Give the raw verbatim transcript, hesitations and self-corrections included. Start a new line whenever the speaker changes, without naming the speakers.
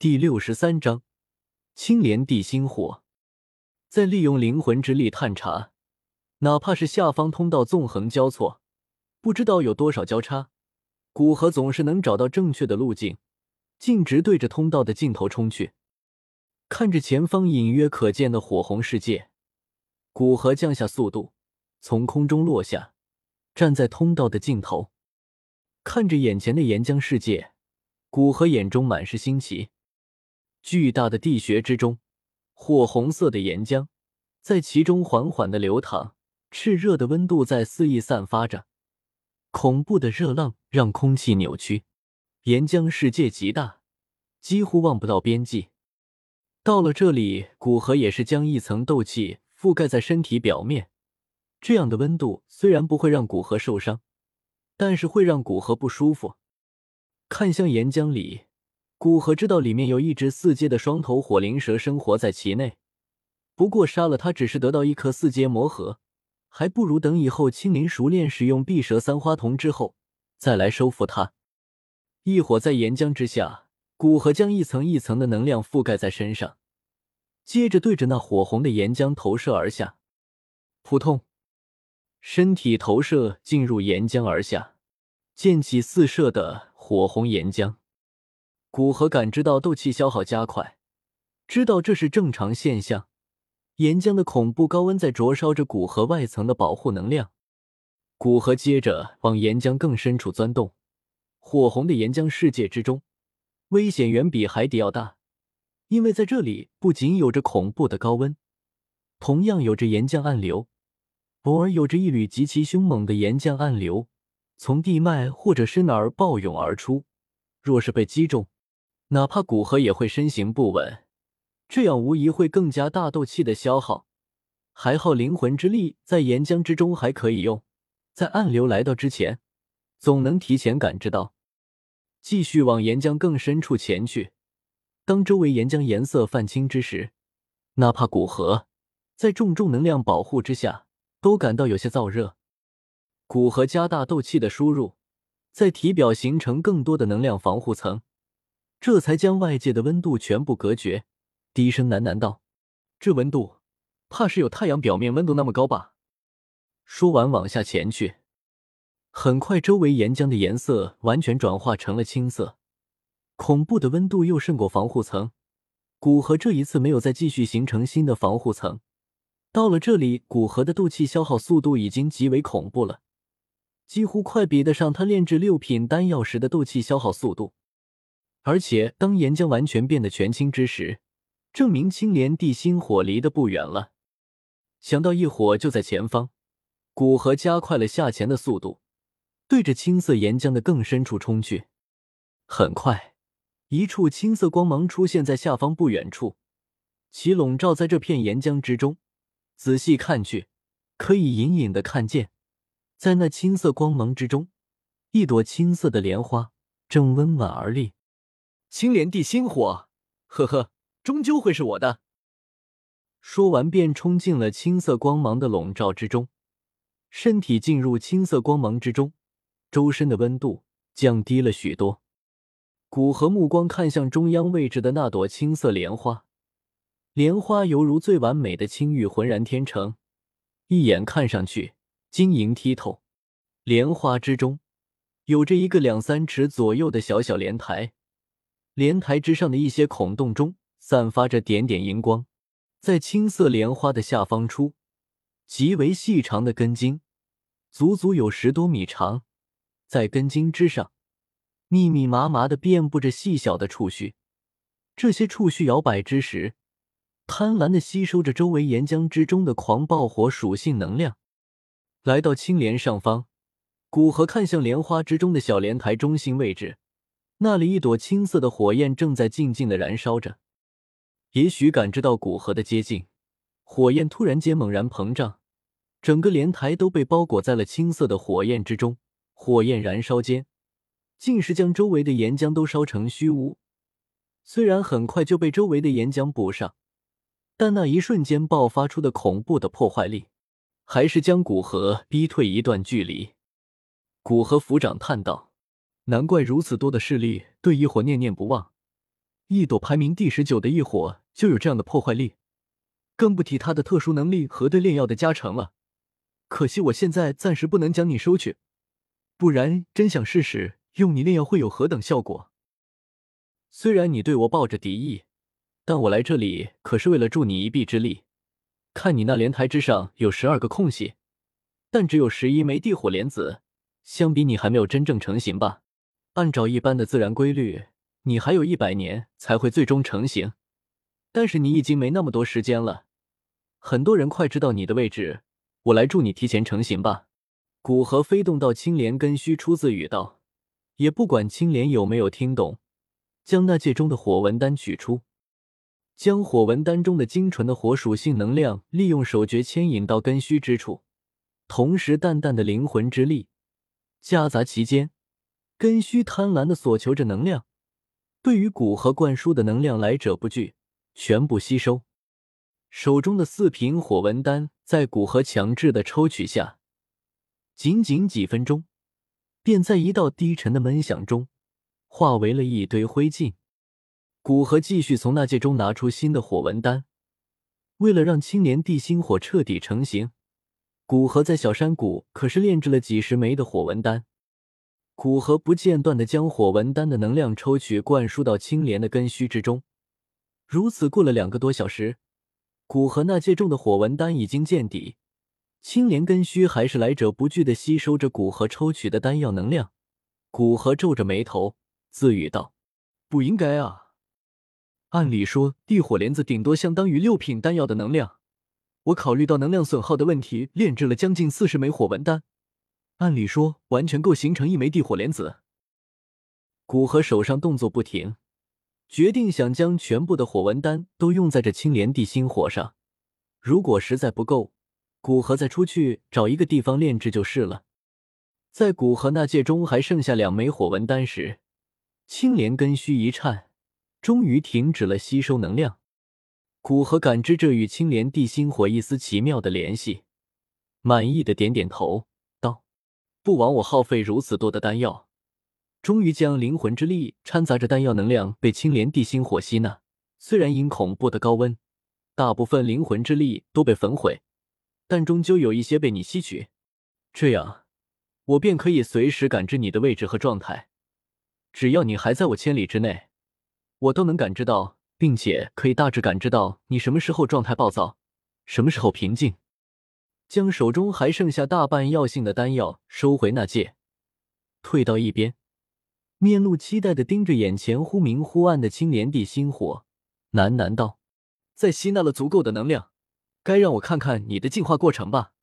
第六十三章青莲地心火。再利用灵魂之力探查，哪怕是下方通道纵横交错，不知道有多少交叉，古河总是能找到正确的路径，径直对着通道的尽头冲去。看着前方隐约可见的火红世界，古河降下速度，从空中落下，站在通道的尽头，看着眼前的岩浆世界，古河眼中满是新奇。巨大的地穴之中，火红色的岩浆在其中缓缓地流淌，炽热的温度在肆意散发着，恐怖的热浪让空气扭曲。岩浆世界极大，几乎望不到边际。到了这里，古河也是将一层斗气覆盖在身体表面，这样的温度虽然不会让古河受伤，但是会让古河不舒服。看向岩浆里，古河知道里面有一只四阶的双头火灵蛇生活在其内，不过杀了它只是得到一颗四阶魔核，还不如等以后青灵熟练使用碧蛇三花瞳之后再来收服它。一火在岩浆之下，古河将一层一层的能量覆盖在身上，接着对着那火红的岩浆投射而下。扑通，身体投射进入岩浆而下，溅起四射的火红岩浆。古河感知到斗气消耗加快，知道这是正常现象。岩浆的恐怖高温在灼烧着古河外层的保护能量。古河接着往岩浆更深处钻动，火红的岩浆世界之中，危险远比海底要大，因为在这里不仅有着恐怖的高温，同样有着岩浆暗流，偶尔有着一缕极其凶猛的岩浆暗流从地脉或者是哪儿暴涌而出，若是被击中，哪怕古河也会身形不稳，这样无疑会更加大斗气的消耗。还好灵魂之力在岩浆之中还可以用，在暗流来到之前，总能提前感知到。继续往岩浆更深处前去，当周围岩浆颜色泛青之时，哪怕古河在重重能量保护之下，都感到有些燥热。古河加大斗气的输入，在体表形成更多的能量防护层，这才将外界的温度全部隔绝，低声喃喃道：“这温度，怕是有太阳表面温度那么高吧？”说完往下前去，很快周围岩浆的颜色完全转化成了青色，恐怖的温度又胜过防护层。古河这一次没有再继续形成新的防护层，到了这里，古河的斗气消耗速度已经极为恐怖了，几乎快比得上他炼制六品丹药时的斗气消耗速度。而且当岩浆完全变得全青之时，证明青莲地心火离得不远了。想到一火就在前方，古河加快了下潜的速度，对着青色岩浆的更深处冲去。很快，一处青色光芒出现在下方不远处，其笼罩在这片岩浆之中。仔细看去，可以隐隐地看见，在那青色光芒之中，一朵青色的莲花正温婉而立。青莲地心火，呵呵，终究会是我的。说完便冲进了青色光芒的笼罩之中，身体进入青色光芒之中，周身的温度降低了许多。古河目光看向中央位置的那朵青色莲花，莲花犹如最完美的青玉浑然天成，一眼看上去晶莹剔透。莲花之中有着一个两三尺左右的小小莲台，莲台之上的一些孔洞中散发着点点银光，在青色莲花的下方处，极为细长的根茎，足足有十多米长，在根茎之上密密麻麻地遍布着细小的触须，这些触须摇摆之时，贪婪地吸收着周围岩浆之中的狂暴火属性能量。来到青莲上方，古河看向莲花之中的小莲台中心位置，那里一朵青色的火焰正在静静地燃烧着。也许感知到古河的接近，火焰突然间猛然膨胀，整个莲台都被包裹在了青色的火焰之中。火焰燃烧间，竟是将周围的岩浆都烧成虚无。虽然很快就被周围的岩浆补上，但那一瞬间爆发出的恐怖的破坏力，还是将古河逼退一段距离。古河府长叹道：“难怪如此多的势力对异火念念不忘， 一朵排名第十九的异火就有这样的破坏力，更不提他的特殊能力和对炼药的加成了。可惜我现在暂时不能将你收去，不然真想试试用你炼药会有何等效果。虽然你对我抱着敌意，但我来这里可是为了助你一臂之力。看你那莲台之上有十二个空隙，但只有十一枚地火莲子，相比你还没有真正成型吧？按照一般的自然规律，你还有一百年才会最终成型。但是你已经没那么多时间了，很多人快知道你的位置，我来助你提前成型吧。古河飞动到青莲根须，出自语道，也不管青莲有没有听懂，将那戒中的火纹丹取出，将火纹丹中的精纯的火属性能量利用手诀牵引到根须之处，同时淡淡的灵魂之力夹杂其间，根须贪婪的索求着能量，对于古河灌输的能量来者不拒，全部吸收。手中的四瓶火纹丹在古河强制的抽取下，仅仅几分钟，便在一道低沉的闷响中化为了一堆灰烬。古河继续从那戒中拿出新的火纹丹，为了让青莲地心火彻底成型，古河在小山谷可是炼制了几十枚的火纹丹。古河不间断地将火纹丹的能量抽取灌输到青莲的根须之中，如此过了两个多小时，古河那戒中的火纹丹已经见底，青莲根须还是来者不拒地吸收着古河抽取的丹药能量。古河皱着眉头自语道：不应该啊，按理说地火莲子顶多相当于六品丹药的能量，我考虑到能量损耗的问题，炼制了将近四十枚火纹丹，按理说完全够形成一枚地火莲子。古河手上动作不停，决定想将全部的火纹丹都用在这青莲地心火上，如果实在不够，古河再出去找一个地方炼制就是了。在古河那戒中还剩下两枚火纹丹时，青莲根须一颤，终于停止了吸收能量。古河感知这与青莲地心火一丝奇妙的联系，满意的点点头道：不枉我耗费如此多的丹药，终于将灵魂之力掺杂着丹药能量被青莲地心火吸纳。虽然因恐怖的高温，大部分灵魂之力都被焚毁，但终究有一些被你吸取，这样我便可以随时感知你的位置和状态。只要你还在我千里之内，我都能感知到，并且可以大致感知到你什么时候状态暴躁，什么时候平静。将手中还剩下大半药性的丹药收回那戒，退到一边，面露期待地盯着眼前忽明忽暗的青莲地心火，喃喃道：再吸纳了足够的能量，该让我看看你的进化过程吧。